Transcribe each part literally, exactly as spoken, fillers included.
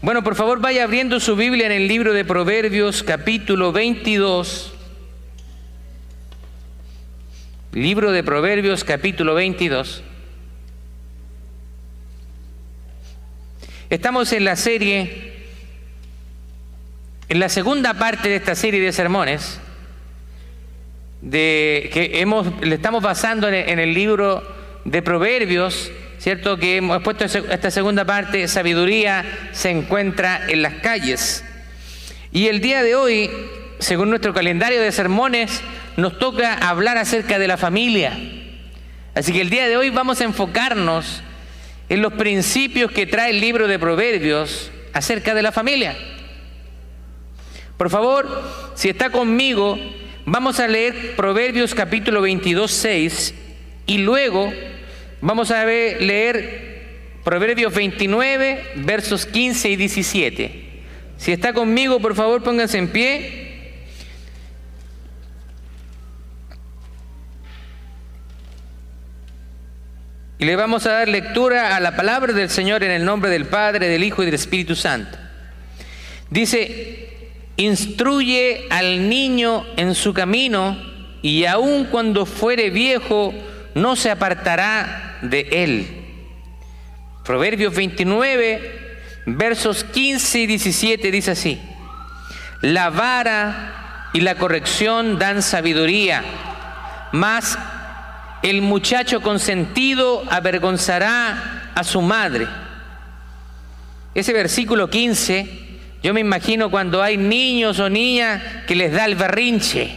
Bueno, por favor vaya abriendo su Biblia en el libro de Proverbios capítulo veintidós. Libro de Proverbios capítulo veintidós. Estamos en la serie, en la segunda parte de esta serie de sermones, de, que hemos, le estamos basando en el, en el libro de Proverbios, ¿cierto? Que hemos puesto esta segunda parte, sabiduría se encuentra en las calles. Y el día de hoy, según nuestro calendario de sermones, nos toca hablar acerca de la familia. Así que el día de hoy vamos a enfocarnos en los principios que trae el libro de Proverbios acerca de la familia. Por favor, si está conmigo, vamos a leer Proverbios capítulo veintidós, seis, y luego vamos a ver, leer Proverbios veintinueve, versos quince y diecisiete. Si está conmigo, por favor, pónganse en pie. Y le vamos a dar lectura a la palabra del Señor en el nombre del Padre, del Hijo y del Espíritu Santo. Dice: instruye al niño en su camino, y aun cuando fuere viejo, no se apartará de él. Proverbios veintinueve, versos quince y diecisiete dice así: la vara y la corrección dan sabiduría, mas el muchacho consentido avergonzará a su madre. Ese versículo quince, yo me imagino cuando hay niños o niñas que les da el berrinche.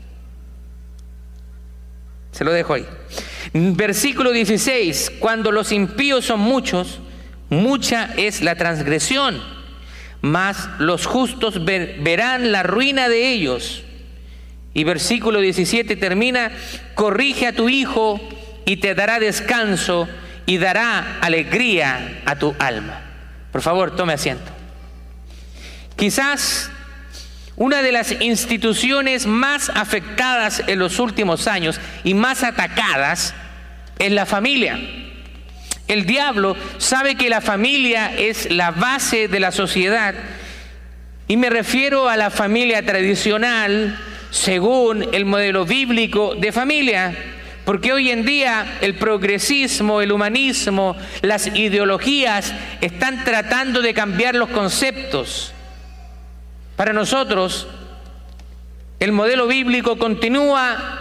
Se lo dejo ahí. Versículo dieciséis, cuando los impíos son muchos, mucha es la transgresión, mas los justos ver, verán la ruina de ellos. Y versículo diecisiete termina: corrige a tu hijo y te dará descanso y dará alegría a tu alma. Por favor, tome asiento. Quizás una de las instituciones más afectadas en los últimos años y más atacadas es la familia. El diablo sabe que la familia es la base de la sociedad, y me refiero a la familia tradicional según el modelo bíblico de familia, porque hoy en día el progresismo, el humanismo, las ideologías están tratando de cambiar los conceptos. Para nosotros, el modelo bíblico continúa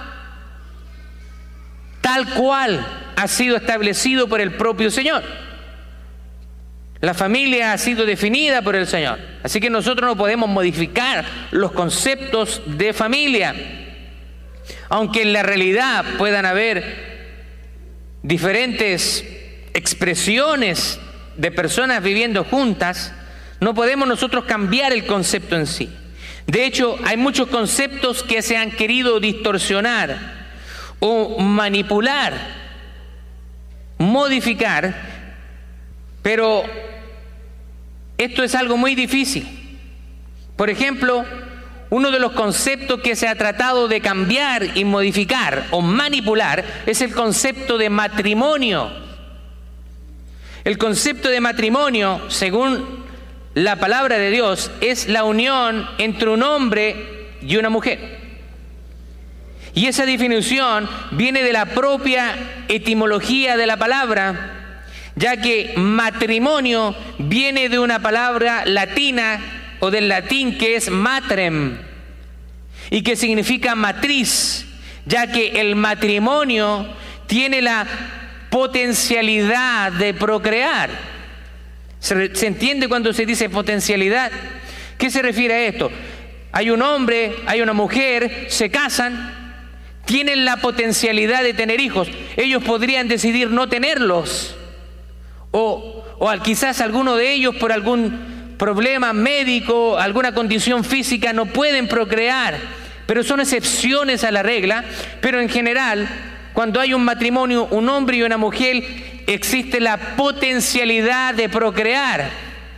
tal cual ha sido establecido por el propio Señor. La familia ha sido definida por el Señor, así que nosotros no podemos modificar los conceptos de familia. Aunque en la realidad puedan haber diferentes expresiones de personas viviendo juntas, no podemos nosotros cambiar el concepto en sí. De hecho, hay muchos conceptos que se han querido distorsionar o manipular, modificar, pero esto es algo muy difícil. Por ejemplo, uno de los conceptos que se ha tratado de cambiar y modificar o manipular es el concepto de matrimonio. El concepto de matrimonio, según la palabra de Dios, es la unión entre un hombre y una mujer. Y esa definición viene de la propia etimología de la palabra, ya que matrimonio viene de una palabra latina o del latín que es matrem, y que significa matriz, ya que el matrimonio tiene la potencialidad de procrear. ¿Se, se entiende cuando se dice potencialidad? ¿Qué se refiere a esto? Hay un hombre, hay una mujer, se casan, tienen la potencialidad de tener hijos. Ellos podrían decidir no tenerlos, o, o quizás alguno de ellos por algún problema médico, alguna condición física, no pueden procrear, pero son excepciones a la regla. Pero en general, cuando hay un matrimonio, un hombre y una mujer, existe la potencialidad de procrear,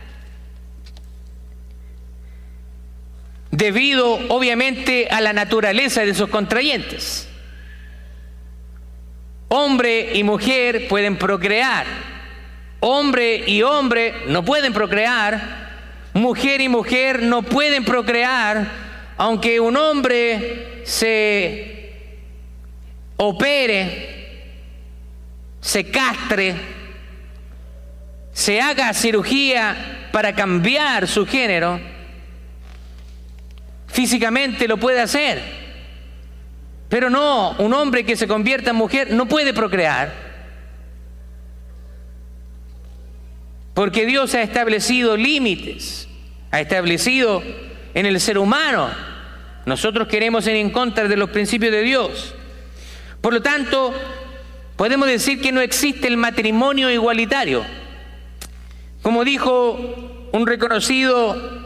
debido obviamente a la naturaleza de sus contrayentes. Hombre y mujer pueden procrear, hombre y hombre no pueden procrear, mujer y mujer no pueden procrear, aunque un hombre se opere, se castre, se haga cirugía para cambiar su género, físicamente lo puede hacer, pero no, un hombre que se convierta en mujer no puede procrear, porque Dios ha establecido límites, ha establecido en el ser humano. Nosotros queremos ir en contra de los principios de Dios. Por lo tanto, podemos decir que no existe el matrimonio igualitario. Como dijo un reconocido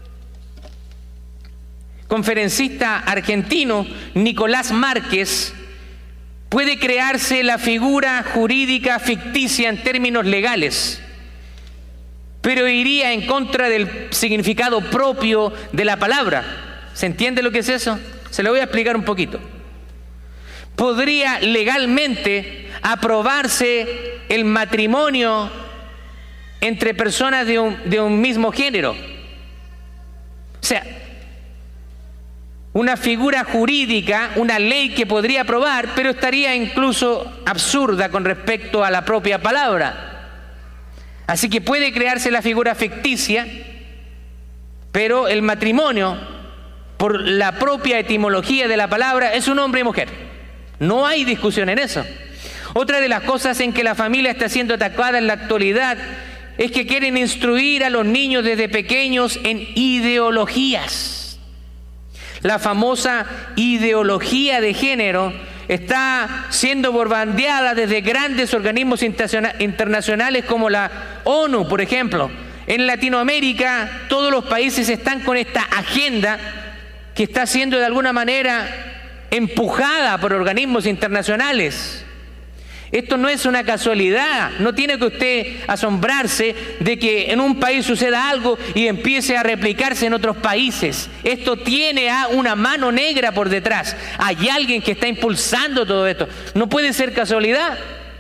conferencista argentino, Nicolás Márquez, puede crearse la figura jurídica ficticia en términos legales, pero iría en contra del significado propio de la palabra. ¿Se entiende lo que es eso? Se lo voy a explicar un poquito. Podría legalmente aprobarse el matrimonio entre personas de un, de un mismo género. O sea, una figura jurídica, una ley que podría aprobar, pero estaría incluso absurda con respecto a la propia palabra. Así que puede crearse la figura ficticia, pero el matrimonio, por la propia etimología de la palabra, es un hombre y mujer. No hay discusión en eso. Otra de las cosas en que la familia está siendo atacada en la actualidad es que quieren instruir a los niños desde pequeños en ideologías. La famosa ideología de género está siendo bombardeada desde grandes organismos internacionales como la ONU, por ejemplo. En Latinoamérica, todos los países están con esta agenda que está siendo de alguna manera empujada por organismos internacionales. Esto no es una casualidad, no tiene que usted asombrarse de que en un país suceda algo y empiece a replicarse en otros países. Esto tiene a una mano negra por detrás. Hay alguien que está impulsando todo esto. No puede ser casualidad.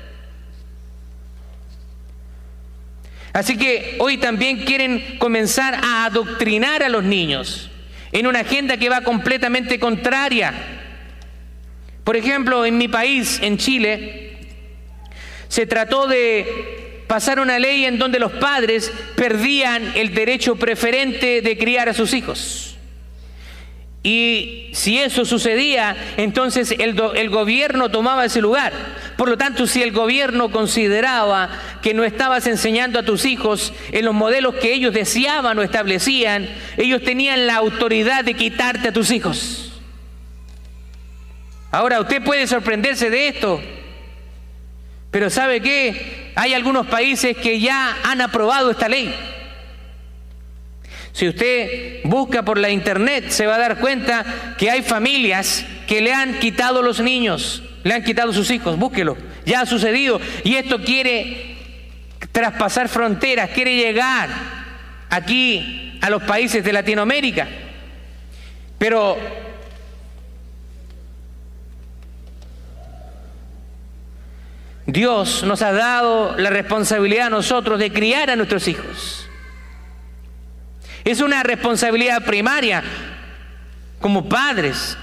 Así que hoy también quieren comenzar a adoctrinar a los niños en una agenda que va completamente contraria. Por ejemplo, en mi país, en Chile, se trató de pasar una ley en donde los padres perdían el derecho preferente de criar a sus hijos. Y si eso sucedía, entonces el, do, el gobierno tomaba ese lugar. Por lo tanto, si el gobierno consideraba que no estabas enseñando a tus hijos en los modelos que ellos deseaban o establecían, ellos tenían la autoridad de quitarte a tus hijos. Ahora, usted puede sorprenderse de esto, pero ¿sabe qué? Hay algunos países que ya han aprobado esta ley. Si usted busca por la internet, se va a dar cuenta que hay familias que le han quitado los niños, le han quitado sus hijos. Búsquelo, ya ha sucedido. Y esto quiere traspasar fronteras, quiere llegar aquí a los países de Latinoamérica. Pero Dios nos ha dado la responsabilidad a nosotros de criar a nuestros hijos. Es una responsabilidad primaria como padres.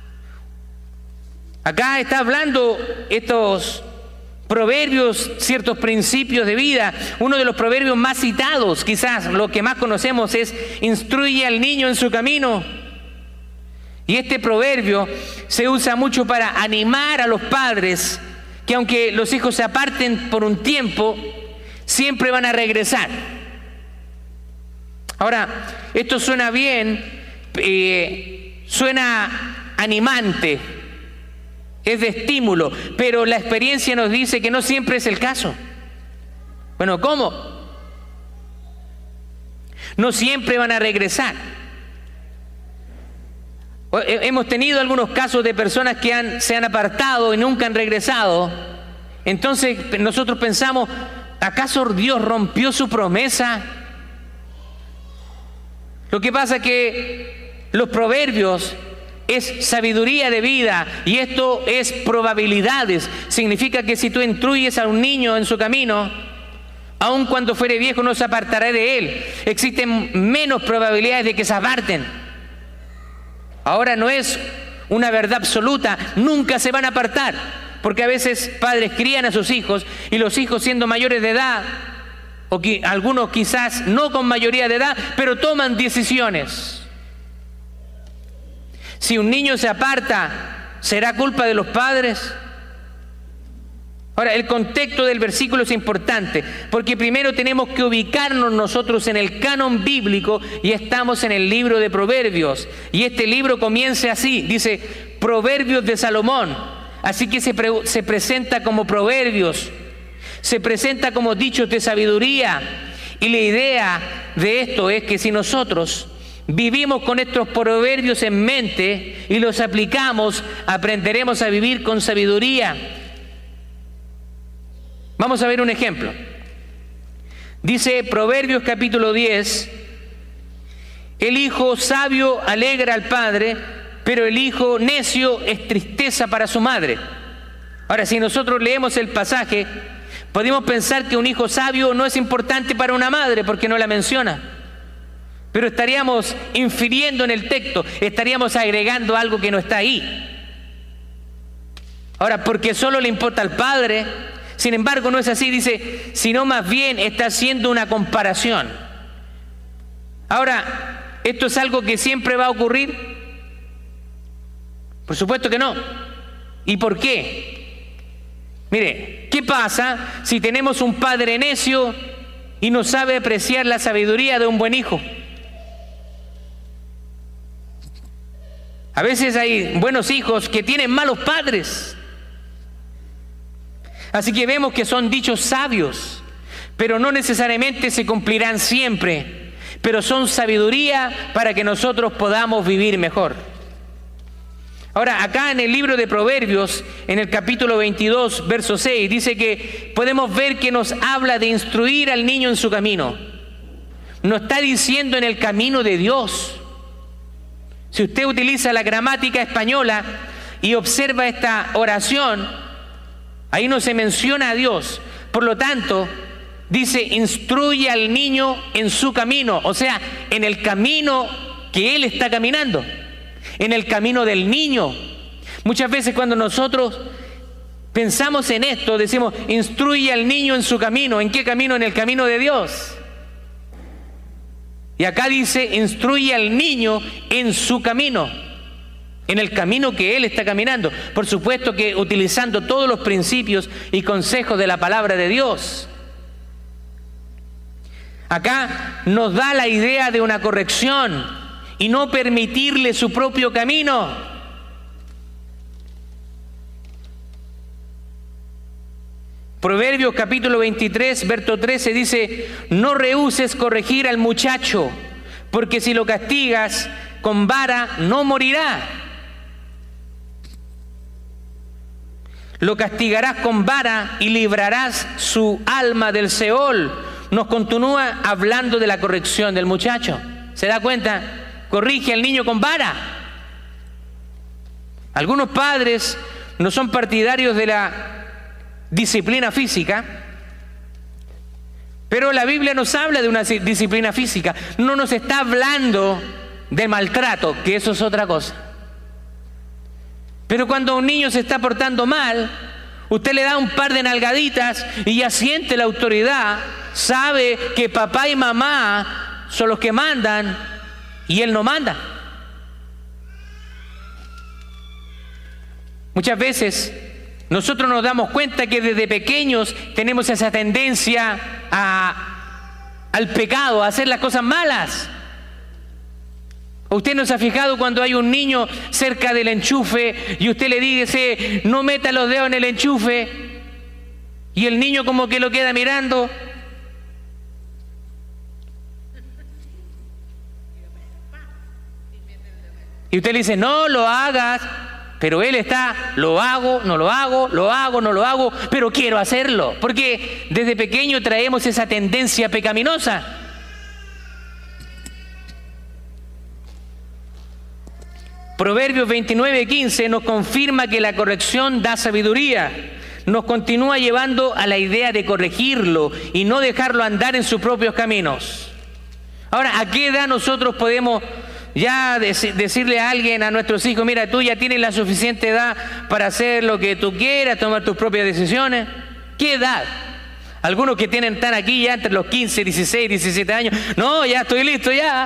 Acá está hablando estos proverbios, ciertos principios de vida. Uno de los proverbios más citados, quizás lo que más conocemos, es instruye al niño en su camino. Y este proverbio se usa mucho para animar a los padres que aunque los hijos se aparten por un tiempo, siempre van a regresar. Ahora, esto suena bien, eh, suena animante, es de estímulo, pero la experiencia nos dice que no siempre es el caso. Bueno, ¿cómo? No siempre van a regresar. Hemos tenido algunos casos de personas que han, se han apartado y nunca han regresado. Entonces nosotros pensamos, ¿acaso Dios rompió su promesa? Lo que pasa es que los proverbios es sabiduría de vida y esto es probabilidades. Significa que si tú instruyes a un niño en su camino, Aun cuando fuere viejo no se apartará de él. Existen menos probabilidades de que se aparten. Ahora no es una verdad absoluta, nunca se van a apartar, porque a veces padres crían a sus hijos y los hijos siendo mayores de edad, o que, algunos quizás no con mayoría de edad, pero toman decisiones. Si un niño se aparta, ¿será culpa de los padres? Ahora, el contexto del versículo es importante, porque primero tenemos que ubicarnos nosotros en el canon bíblico y estamos en el libro de Proverbios. Y este libro comienza así, dice Proverbios de Salomón. Así que se, pre se presenta como proverbios, se presenta como dichos de sabiduría. Y la idea de esto es que si nosotros vivimos con estos proverbios en mente y los aplicamos, aprenderemos a vivir con sabiduría. Vamos a ver un ejemplo. Dice Proverbios capítulo diez, el hijo sabio alegra al padre, pero el hijo necio es tristeza para su madre. Ahora, si nosotros leemos el pasaje, podemos pensar que un hijo sabio no es importante para una madre porque no la menciona. Pero estaríamos infiriendo en el texto, estaríamos agregando algo que no está ahí. Ahora, porque solo le importa al padre. Sin embargo, no es así, dice, sino más bien está haciendo una comparación. Ahora, ¿esto es algo que siempre va a ocurrir? Por supuesto que no. ¿Y por qué? Mire, ¿qué pasa si tenemos un padre necio y no sabe apreciar la sabiduría de un buen hijo? A veces hay buenos hijos que tienen malos padres. Así que vemos que son dichos sabios, pero no necesariamente se cumplirán siempre, pero son sabiduría para que nosotros podamos vivir mejor. Ahora, acá en el libro de Proverbios, en el capítulo veintidós, verso seis, dice que podemos ver que nos habla de instruir al niño en su camino. Nos está diciendo en el camino de Dios. Si usted utiliza la gramática española y observa esta oración, ahí no se menciona a Dios. Por lo tanto, dice, instruye al niño en su camino, o sea, en el camino que él está caminando, en el camino del niño. Muchas veces cuando nosotros pensamos en esto, decimos, instruye al niño en su camino. ¿En qué camino? En el camino de Dios. Y acá dice, instruye al niño en su camino, en el camino que él está caminando. Por supuesto que utilizando todos los principios y consejos de la palabra de Dios. Acá nos da la idea de una corrección y no permitirle su propio camino. Proverbios capítulo veintitrés, verso trece dice, no rehúses corregir al muchacho, porque si lo castigas con vara no morirá. Lo castigarás con vara y librarás su alma del Seol. Nos continúa hablando de la corrección del muchacho. ¿Se da cuenta? Corrige al niño con vara. Algunos padres no son partidarios de la disciplina física, pero la Biblia nos habla de una disciplina física. No nos está hablando de maltrato, que eso es otra cosa. Pero cuando un niño se está portando mal, usted le da un par de nalgaditas y ya siente la autoridad, sabe que papá y mamá son los que mandan y él no manda. Muchas veces nosotros nos damos cuenta que desde pequeños tenemos esa tendencia a, al pecado, a hacer las cosas malas. ¿Usted no se ha fijado cuando hay un niño cerca del enchufe y usted le dice, no meta los dedos en el enchufe? Y el niño como que lo queda mirando. Y usted le dice, no lo hagas. Pero él está, lo hago, no lo hago, lo hago, no lo hago, pero quiero hacerlo. Porque desde pequeño traemos esa tendencia pecaminosa. Proverbios veintinueve, quince nos confirma que la corrección da sabiduría. nos continúa llevando a la idea de corregirlo y no dejarlo andar en sus propios caminos. Ahora, ¿a qué edad nosotros podemos ya dec- decirle a alguien, a nuestros hijos, mira, tú ya tienes la suficiente edad para hacer lo que tú quieras, tomar tus propias decisiones? ¿Qué edad? Algunos que tienen están aquí ya entre los quince, dieciséis, diecisiete años. No, ya estoy listo, ya.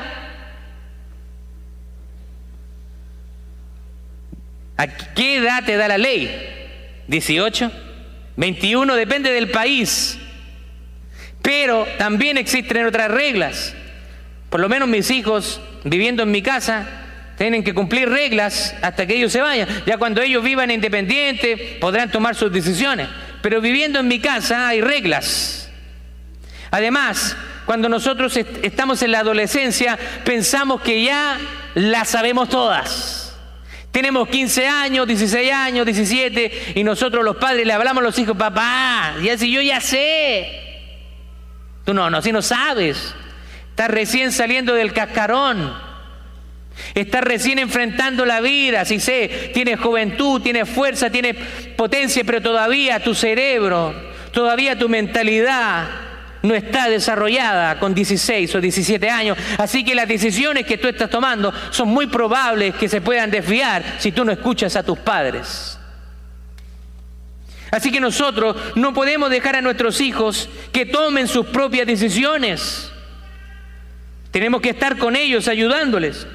¿A qué edad te da la ley? ¿dieciocho? ¿veintiuno? Depende del país. Pero también existen otras reglas. Por lo menos mis hijos, viviendo en mi casa, tienen que cumplir reglas hasta que ellos se vayan. Ya cuando ellos vivan independientes, podrán tomar sus decisiones. Pero viviendo en mi casa hay reglas. Además, cuando nosotros est- estamos en la adolescencia, pensamos que ya las sabemos todas. Tenemos quince años, dieciséis años, diecisiete, y nosotros los padres le hablamos a los hijos, papá, ya si yo ya sé. Tú no, no, si no sabes. Estás recién saliendo del cascarón. Estás recién enfrentando la vida, si sé, tienes juventud, tienes fuerza, tienes potencia, pero todavía tu cerebro, todavía tu mentalidad no está desarrollada con dieciséis o diecisiete años. Así que las decisiones que tú estás tomando son muy probables que se puedan desviar si tú no escuchas a tus padres. Así que nosotros no podemos dejar a nuestros hijos que tomen sus propias decisiones. Tenemos que estar con ellos, ayudándoles.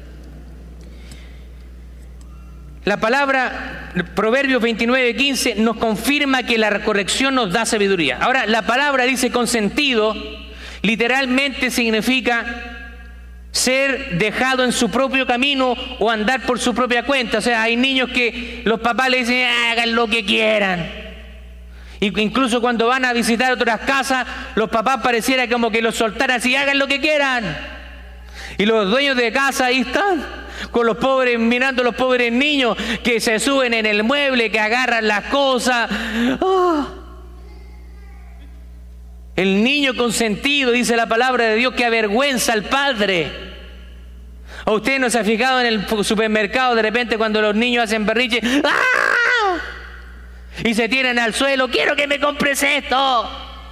La palabra Proverbios veintinueve, quince nos confirma que la corrección nos da sabiduría. Ahora, la palabra dice consentido, literalmente significa ser dejado en su propio camino o andar por su propia cuenta. O sea, hay niños que los papás le dicen, hagan lo que quieran. Y incluso cuando van a visitar otras casas, los papás pareciera como que los soltaran así, hagan lo que quieran. Y los dueños de casa ahí están, con los pobres, mirando a los pobres niños que se suben en el mueble, que agarran las cosas. Oh. El niño consentido, dice la palabra de Dios, que avergüenza al padre. ¿O usted no se ha fijado en el supermercado de repente cuando los niños hacen berrinche? ¡Ah! Y se tiran al suelo, quiero que me compres esto.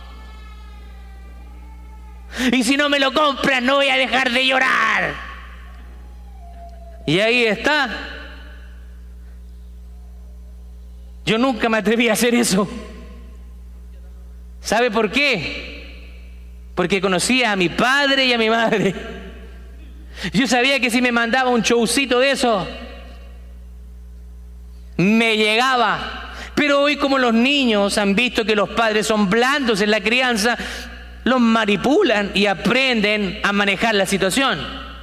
Y si no me lo compras, no voy a dejar de llorar. Y ahí está. Yo nunca me atreví a hacer eso. ¿Sabe por qué? Porque conocía a mi padre y a mi madre. Yo sabía que si me mandaba un showcito de eso, me llegaba. Pero hoy, como los niños han visto que los padres son blandos en la crianza, los manipulan y aprenden a manejar la situación.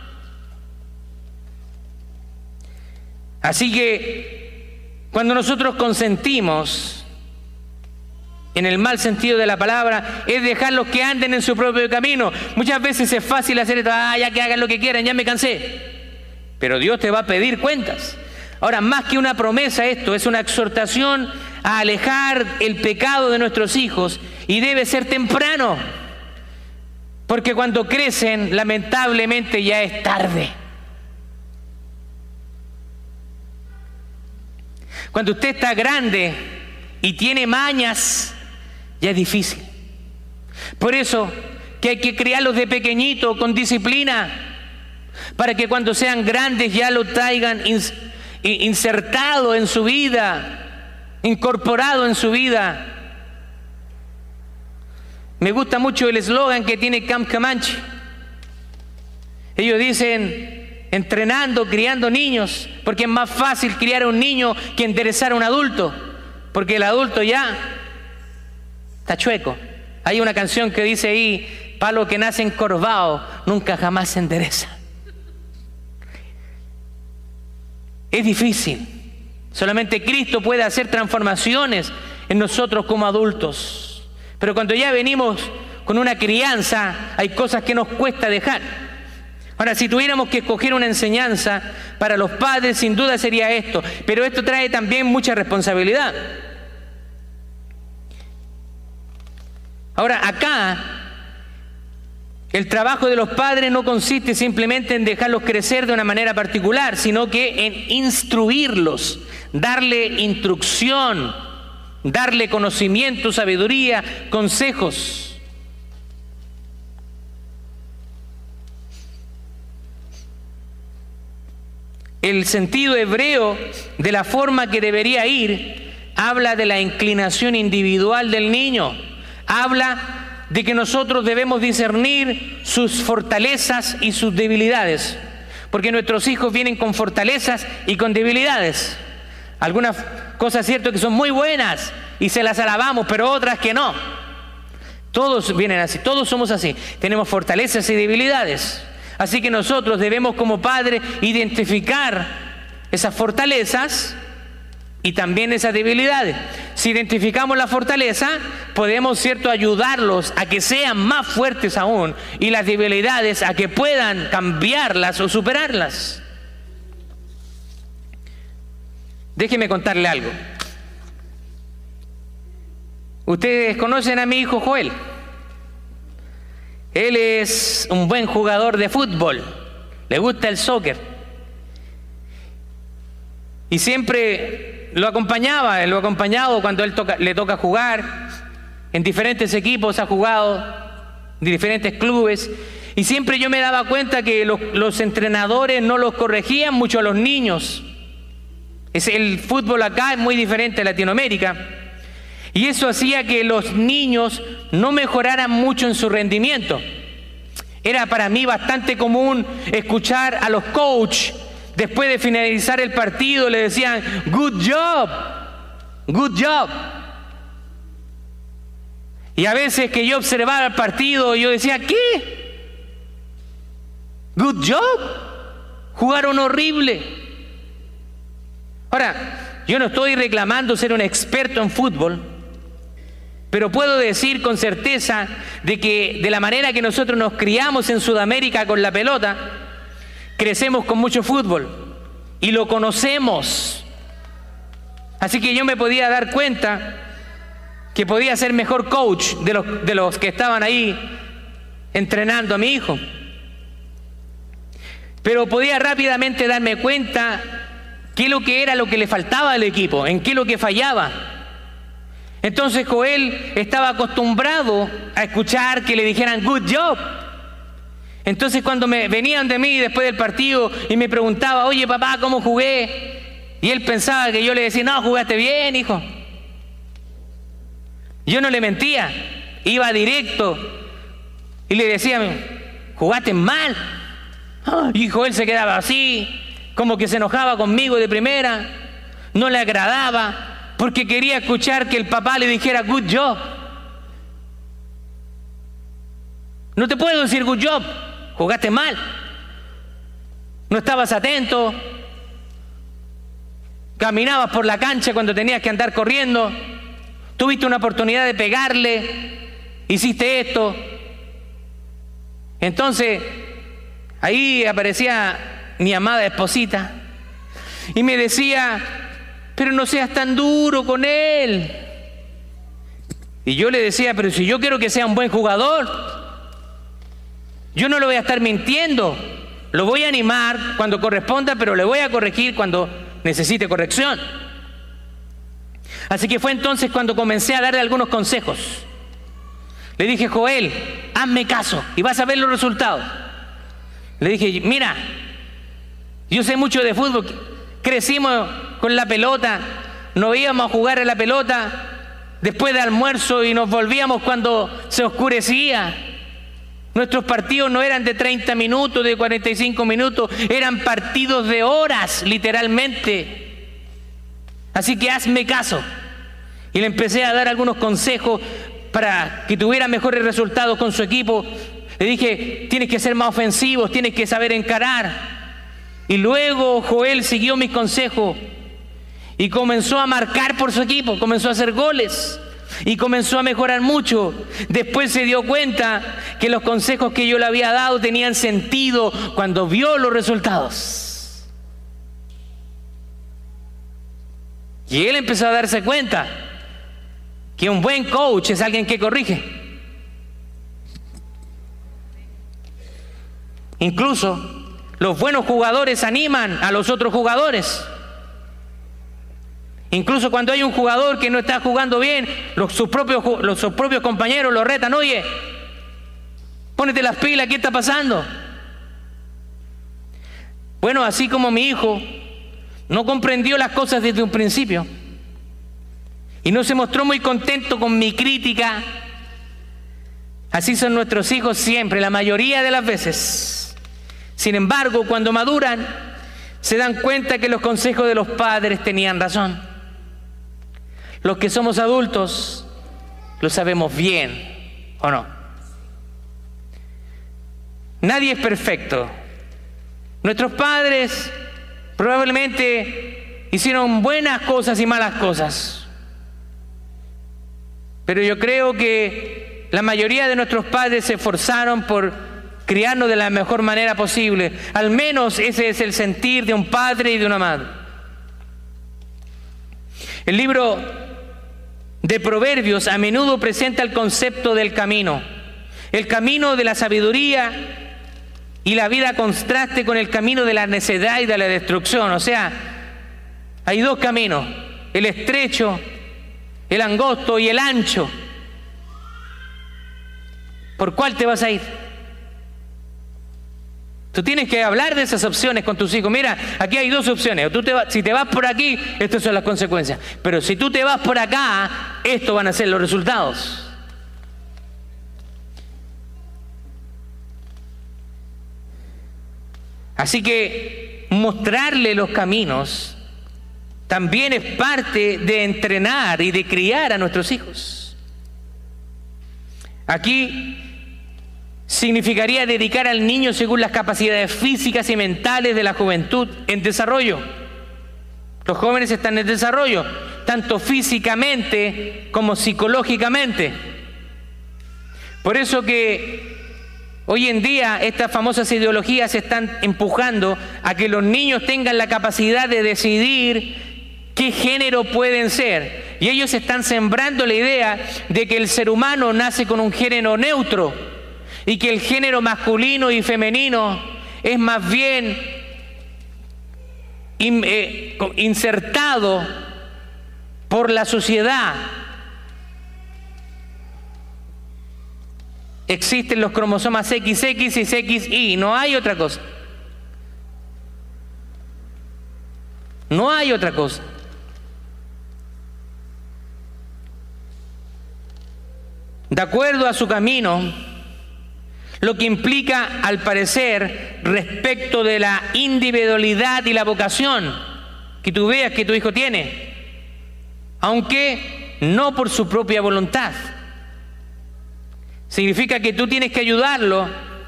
Así que cuando nosotros consentimos, en el mal sentido de la palabra, es dejarlos que anden en su propio camino. Muchas veces es fácil hacer esto, ah, ya que hagan lo que quieran, ya me cansé. Pero Dios te va a pedir cuentas. Ahora, más que una promesa, esto es una exhortación a alejar el pecado de nuestros hijos, y debe ser temprano, porque cuando crecen, lamentablemente ya es tarde. Cuando usted está grande y tiene mañas, ya es difícil. Por eso que hay que criarlos de pequeñito con disciplina, para que cuando sean grandes ya lo traigan insertado en su vida, incorporado en su vida. Me gusta mucho el eslogan que tiene Camp Comanche. Ellos dicen, entrenando, criando niños, porque es más fácil criar a un niño que enderezar a un adulto, porque el adulto ya está chueco. Hay una canción que dice ahí, palo que nace encorvado, nunca jamás se endereza. Es difícil. Solamente Cristo puede hacer transformaciones en nosotros como adultos. Pero cuando ya venimos con una crianza, hay cosas que nos cuesta dejar. Ahora, si tuviéramos que escoger una enseñanza para los padres, sin duda sería esto. Pero esto trae también mucha responsabilidad. Ahora, acá, el trabajo de los padres no consiste simplemente en dejarlos crecer de una manera particular, sino que en instruirlos, darle instrucción, darle conocimiento, sabiduría, consejos. El sentido hebreo de la forma que debería ir habla de la inclinación individual del niño, habla de que nosotros debemos discernir sus fortalezas y sus debilidades, porque nuestros hijos vienen con fortalezas y con debilidades. Algunas cosas cierto que son muy buenas y se las alabamos, pero otras que no. Todos vienen así, todos somos así, tenemos fortalezas y debilidades. Así que nosotros debemos como padres identificar esas fortalezas y también esas debilidades. Si identificamos la fortaleza, podemos, cierto, ayudarlos a que sean más fuertes aún, y las debilidades a que puedan cambiarlas o superarlas. Déjeme contarle algo. Ustedes conocen a mi hijo Joel. Él es un buen jugador de fútbol, le gusta el soccer. Y siempre lo acompañaba, lo ha acompañado cuando él toca, le toca jugar. En diferentes equipos ha jugado, en diferentes clubes. Y siempre yo me daba cuenta que los, los entrenadores no los corregían mucho a los niños. Es, el fútbol acá es muy diferente a Latinoamérica. Y eso hacía que los niños no mejoraran mucho en su rendimiento. Era para mí bastante común escuchar a los coaches, después de finalizar el partido, le decían, good job, good job. Y a veces que yo observaba el partido, yo decía, ¿qué? Good job. Jugaron horrible. Ahora, yo no estoy reclamando ser un experto en fútbol, pero puedo decir con certeza de que de la manera que nosotros nos criamos en Sudamérica con la pelota, crecemos con mucho fútbol y lo conocemos. Así que yo me podía dar cuenta que podía ser mejor coach de los, de los que estaban ahí entrenando a mi hijo. Pero podía rápidamente darme cuenta qué es lo que era lo que le faltaba al equipo, en qué es lo que fallaba. Entonces Joel estaba acostumbrado a escuchar que le dijeran good job. Entonces cuando me venían de mí después del partido y me preguntaba, oye papá, ¿cómo jugué? Y él pensaba que yo le decía, no, jugaste bien, hijo. Yo no le mentía, iba directo y le decía, jugaste mal. Y Joel se quedaba así, como que se enojaba conmigo de primera, no le agradaba, porque quería escuchar que el papá le dijera good job. No te puedo decir good job, jugaste mal, no estabas atento, caminabas por la cancha cuando tenías que andar corriendo, tuviste una oportunidad de pegarle, hiciste esto. Entonces ahí aparecía mi amada esposita y me decía, pero no seas tan duro con él. Y yo le decía, pero si yo quiero que sea un buen jugador, yo no lo voy a estar mintiendo, lo voy a animar cuando corresponda, pero le voy a corregir cuando necesite corrección. Así que fue entonces cuando comencé a darle algunos consejos. Le dije, Joel, hazme caso y vas a ver los resultados. Le dije, mira, yo sé mucho de fútbol, crecimos con la pelota, nos íbamos a jugar a la pelota después de almuerzo y nos volvíamos cuando se oscurecía. Nuestros partidos no eran de treinta minutos, de cuarenta y cinco minutos, eran partidos de horas, literalmente. Así que hazme caso. Y le empecé a dar algunos consejos para que tuviera mejores resultados con su equipo. Le dije, tienes que ser más ofensivos, tienes que saber encarar. Y luego Joel siguió mis consejos y comenzó a marcar por su equipo, comenzó a hacer goles y comenzó a mejorar mucho. Después se dio cuenta que los consejos que yo le había dado tenían sentido cuando vio los resultados. Y él empezó a darse cuenta que un buen coach es alguien que corrige. Incluso los buenos jugadores animan a los otros jugadores. Incluso cuando hay un jugador que no está jugando bien, los, sus, propios, los, sus propios compañeros lo retan, oye, pónete las pilas, ¿qué está pasando? Bueno, así como mi hijo no comprendió las cosas desde un principio y no se mostró muy contento con mi crítica, así son nuestros hijos siempre, la mayoría de las veces. Sin embargo, cuando maduran, se dan cuenta que los consejos de los padres tenían razón. Los que somos adultos lo sabemos bien, ¿o no? Nadie es perfecto. Nuestros padres probablemente hicieron buenas cosas y malas cosas. Pero yo creo que la mayoría de nuestros padres se esforzaron por criarnos de la mejor manera posible. Al menos ese es el sentir de un padre y de una madre. El libro de Proverbios a menudo presenta el concepto del camino. El camino de la sabiduría y la vida contraste con el camino de la necedad y de la destrucción. O sea, hay dos caminos, el estrecho, el angosto y el ancho. ¿Por cuál te vas a ir? Tú tienes que hablar de esas opciones con tus hijos. Mira, aquí hay dos opciones. O tú te vas, si te vas por aquí, estas son las consecuencias. Pero si tú te vas por acá, estos van a ser los resultados. Así que mostrarle los caminos también es parte de entrenar y de criar a nuestros hijos. Aquí significaría dedicar al niño según las capacidades físicas y mentales de la juventud en desarrollo. Los jóvenes están en desarrollo, tanto físicamente como psicológicamente. Por eso que hoy en día estas famosas ideologías están empujando a que los niños tengan la capacidad de decidir qué género pueden ser. Y ellos están sembrando la idea de que el ser humano nace con un género neutro y que el género masculino y femenino es más bien in, eh, insertado por la sociedad. Existen los cromosomas equis equis y equis y, no hay otra cosa. No hay otra cosa. De acuerdo a su camino, lo que implica, al parecer, respecto de la individualidad y la vocación que tú veas que tu hijo tiene, aunque no por su propia voluntad. Significa que tú tienes que ayudarlo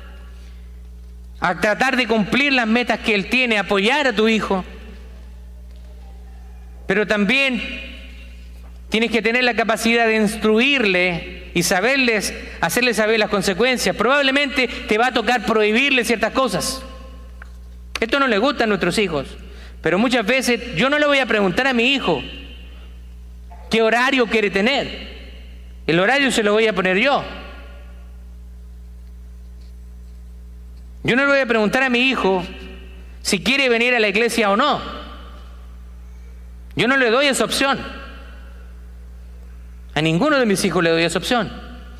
a tratar de cumplir las metas que él tiene, apoyar a tu hijo, pero también tienes que tener la capacidad de instruirle y saberles, hacerles saber las consecuencias. Probablemente te va a tocar prohibirle ciertas cosas. Esto no le gusta a nuestros hijos, pero muchas veces yo no le voy a preguntar a mi hijo qué horario quiere tener. El horario se lo voy a poner yo. Yo no le voy a preguntar a mi hijo si quiere venir a la iglesia o no. Yo no le doy esa opción. A ninguno de mis hijos le doy esa opción.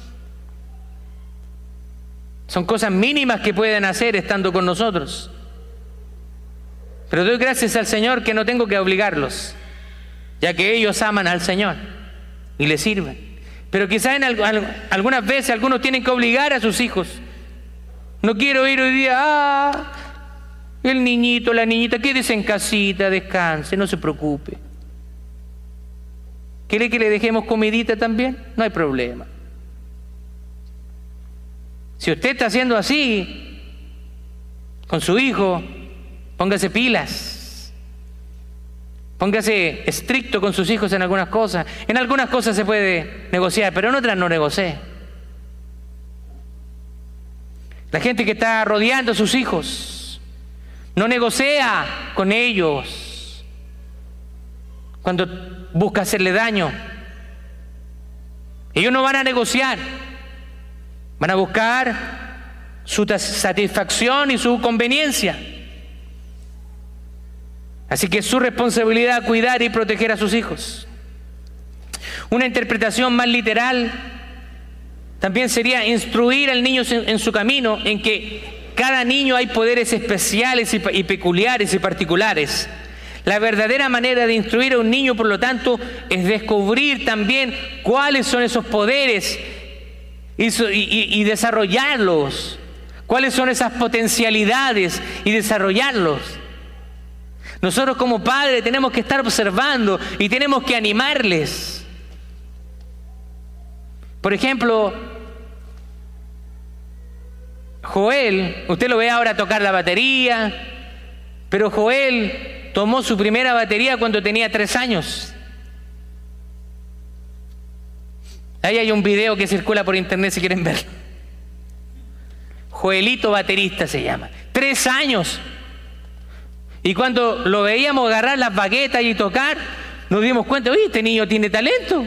Son cosas mínimas que pueden hacer estando con nosotros. Pero doy gracias al Señor que no tengo que obligarlos, ya que ellos aman al Señor y le sirven. Pero quizás en al, algunas veces algunos tienen que obligar a sus hijos. No quiero ir hoy día, ah, el niñito, la niñita, quédese en casita, descanse, no se preocupe. ¿Quiere que le dejemos comidita también? No hay problema. Si usted está haciendo así con su hijo, póngase pilas. Póngase estricto con sus hijos en algunas cosas. En algunas cosas se puede negociar, pero en otras no negocie. La gente que está rodeando a sus hijos no negocia con ellos cuando busca hacerle daño. Ellos no van a negociar, van a buscar su satisfacción y su conveniencia. Así que es su responsabilidad cuidar y proteger a sus hijos. Una interpretación más literal también sería instruir al niño en su camino, en que cada niño hay poderes especiales y peculiares y particulares. La verdadera manera de instruir a un niño, por lo tanto, es descubrir también cuáles son esos poderes y, y, y desarrollarlos. Cuáles son esas potencialidades y desarrollarlos. Nosotros como padres tenemos que estar observando y tenemos que animarles. Por ejemplo, Joel, usted lo ve ahora tocar la batería, pero Joel tomó su primera batería cuando tenía tres años. Ahí hay un video que circula por internet si quieren verlo. Joelito baterista se llama. Tres años. Y cuando lo veíamos agarrar las baquetas y tocar, nos dimos cuenta, oye, este niño tiene talento.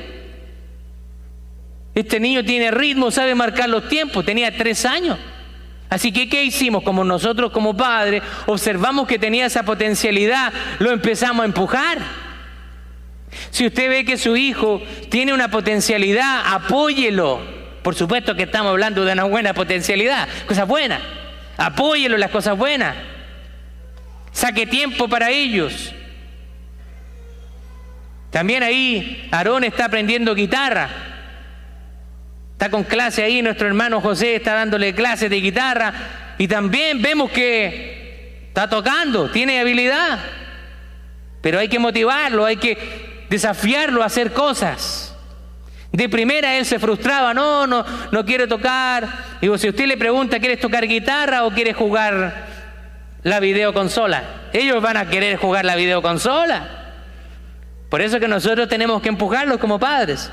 Este niño tiene ritmo, sabe marcar los tiempos. Tenía tres años. Así que, ¿qué hicimos? Como nosotros como padres observamos que tenía esa potencialidad, lo empezamos a empujar. Si usted ve que su hijo tiene una potencialidad, apóyelo. Por supuesto que estamos hablando de una buena potencialidad, cosas buenas. Apóyelo en las cosas buenas. Saque tiempo para ellos. También ahí Aarón está aprendiendo guitarra. Está con clase ahí, nuestro hermano José está dándole clases de guitarra y también vemos que está tocando, tiene habilidad. Pero hay que motivarlo, hay que desafiarlo a hacer cosas. De primera él se frustraba, no, no, no quiere tocar. Digo, si usted le pregunta, ¿quieres tocar guitarra o quieres jugar la videoconsola? Ellos van a querer jugar la videoconsola. Por eso que nosotros tenemos que empujarlos como padres.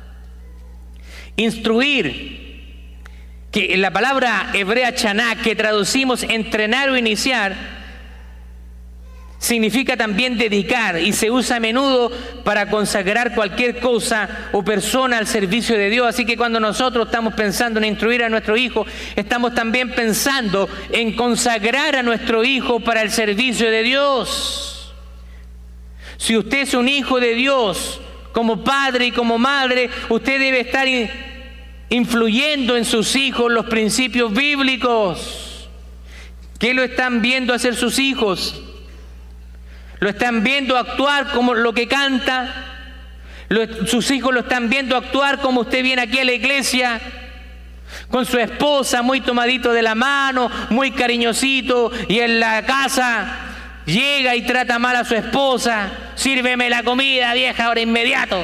Instruir, que en la palabra hebrea chaná, que traducimos entrenar o iniciar, significa también dedicar y se usa a menudo para consagrar cualquier cosa o persona al servicio de Dios. Así que cuando nosotros estamos pensando en instruir a nuestro hijo, estamos también pensando en consagrar a nuestro hijo para el servicio de Dios. Si usted es un hijo de Dios, como padre y como madre, usted debe estar influyendo en sus hijos los principios bíblicos. ¿Qué lo están viendo hacer sus hijos? ¿Lo están viendo actuar como lo que canta? Lo, sus hijos lo están viendo actuar como usted viene aquí a la iglesia, con su esposa muy tomadito de la mano, muy cariñosito, y en la casa llega y trata mal a su esposa. Sírveme la comida, vieja, ahora inmediato.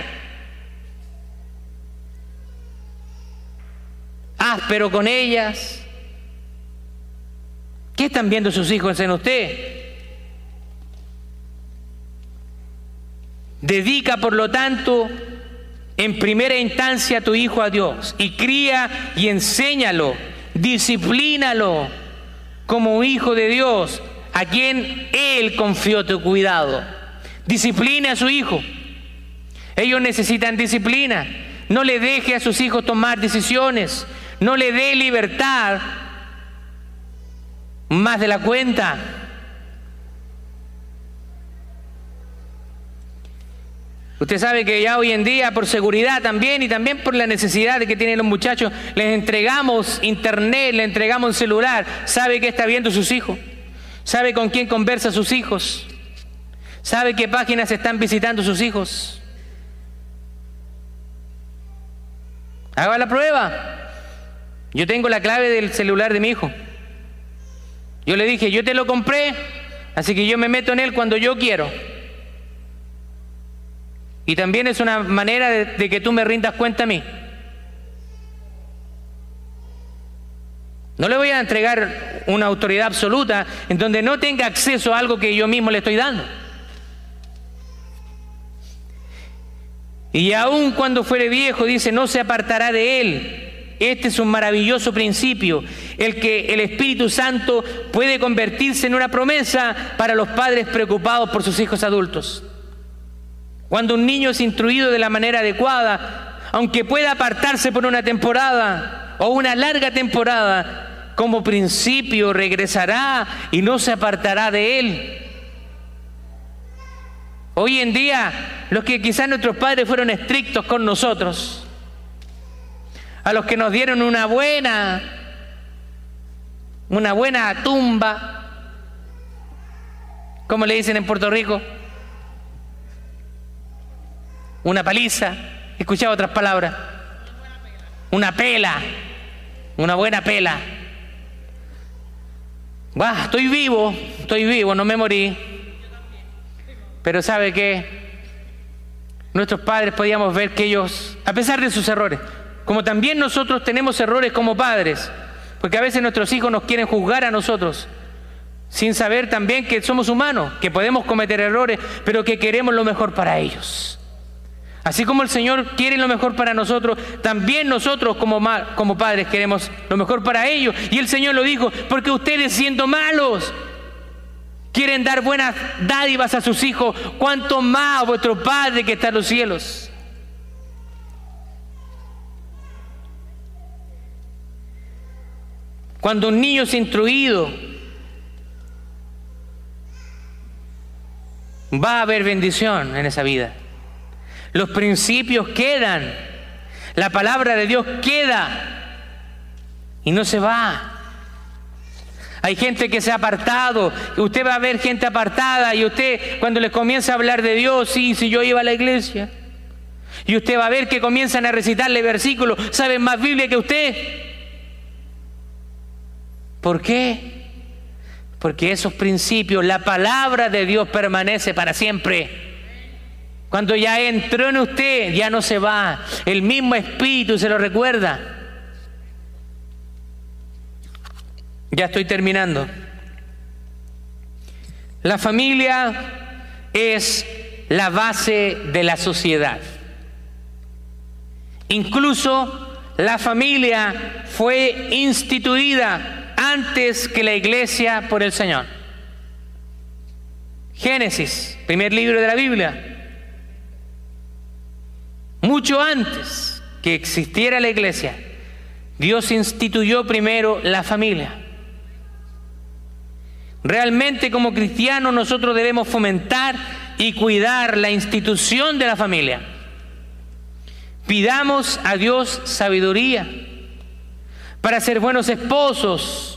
Áspero con ellas. ¿Qué están viendo sus hijos en usted? Dedica, por lo tanto, en primera instancia a tu hijo a Dios y cría y enséñalo, disciplínalo como un hijo de Dios a quien Él confió tu cuidado. Discipline a su hijo. Ellos necesitan disciplina. No le deje a sus hijos tomar decisiones. No le dé libertad más de la cuenta. Usted sabe que ya hoy en día, por seguridad también y también por la necesidad de que tienen los muchachos, les entregamos internet, les entregamos un celular. ¿Sabe qué está viendo sus hijos? ¿Sabe con quién conversa sus hijos? ¿Sabe qué páginas están visitando sus hijos? Haga la prueba. Yo tengo la clave del celular de mi hijo. Yo le dije, yo te lo compré, así que yo me meto en él cuando yo quiero. Y también es una manera de, de que tú me rindas cuenta a mí. No le voy a entregar una autoridad absoluta en donde no tenga acceso a algo que yo mismo le estoy dando. Y aun cuando fuere viejo, dice, no se apartará de él. Este es un maravilloso principio, el que el Espíritu Santo puede convertirse en una promesa para los padres preocupados por sus hijos adultos. Cuando un niño es instruido de la manera adecuada, aunque pueda apartarse por una temporada o una larga temporada, como principio regresará y no se apartará de él. Hoy en día, los que quizás nuestros padres fueron estrictos con nosotros, a los que nos dieron una buena, una buena tumba, ¿cómo le dicen en Puerto Rico? Una paliza, he escuchado otras palabras. Una pela, una buena pela. Bah, estoy vivo, estoy vivo, no me morí. Pero ¿sabe qué? Nuestros padres podíamos ver que ellos, a pesar de sus errores, como también nosotros tenemos errores como padres, porque a veces nuestros hijos nos quieren juzgar a nosotros, sin saber también que somos humanos, que podemos cometer errores, pero que queremos lo mejor para ellos. Así como el Señor quiere lo mejor para nosotros, también nosotros como, como padres queremos lo mejor para ellos. Y el Señor lo dijo, porque ustedes siendo malos quieren dar buenas dádivas a sus hijos, cuanto más vuestro Padre que está en los cielos. Cuando un niño es instruido, va a haber bendición en esa vida. Los principios quedan, la palabra de Dios queda y no se va. Hay gente que se ha apartado, usted va a ver gente apartada y usted cuando les comienza a hablar de Dios, sí, si yo iba a la iglesia, y usted va a ver que comienzan a recitarle versículos, saben más Biblia que usted. ¿Por qué? Porque esos principios, la palabra de Dios permanece para siempre. Cuando ya entró en usted, ya no se va. El mismo Espíritu se lo recuerda. Ya estoy terminando. La familia es la base de la sociedad. Incluso la familia fue instituida antes que la iglesia por el Señor. Génesis, primer libro de la Biblia. Mucho antes que existiera la iglesia, Dios instituyó primero la familia. Realmente como cristianos nosotros debemos fomentar y cuidar la institución de la familia. Pidamos a Dios sabiduría para ser buenos esposos,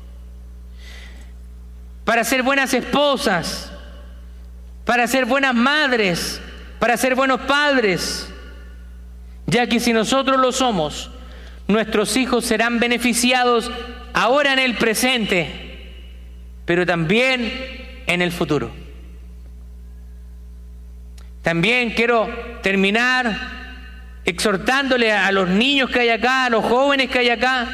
para ser buenas esposas, para ser buenas madres, para ser buenos padres, ya que si nosotros lo somos, nuestros hijos serán beneficiados ahora en el presente, pero también en el futuro. También quiero terminar exhortándole a los niños que hay acá, a los jóvenes que hay acá,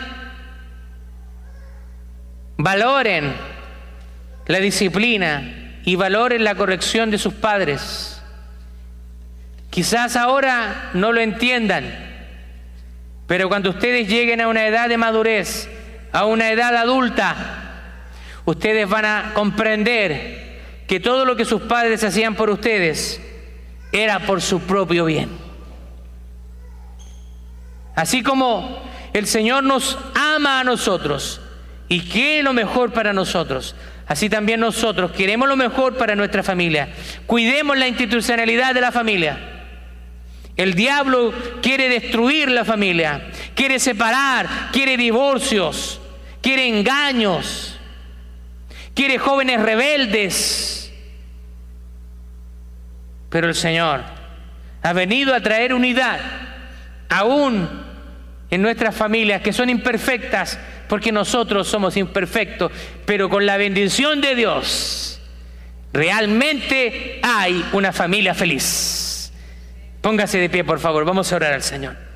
valoren la disciplina y valoren la corrección de sus padres. Quizás ahora no lo entiendan, pero cuando ustedes lleguen a una edad de madurez, a una edad adulta, ustedes van a comprender que todo lo que sus padres hacían por ustedes era por su propio bien. Así como el Señor nos ama a nosotros y quiere lo mejor para nosotros, así también nosotros queremos lo mejor para nuestra familia. Cuidemos la institucionalidad de la familia. El diablo quiere destruir la familia, quiere separar, quiere divorcios, quiere engaños, quiere jóvenes rebeldes. Pero el Señor ha venido a traer unidad, aún en nuestras familias que son imperfectas, porque nosotros somos imperfectos, pero con la bendición de Dios, realmente hay una familia feliz. Póngase de pie, por favor, vamos a orar al Señor.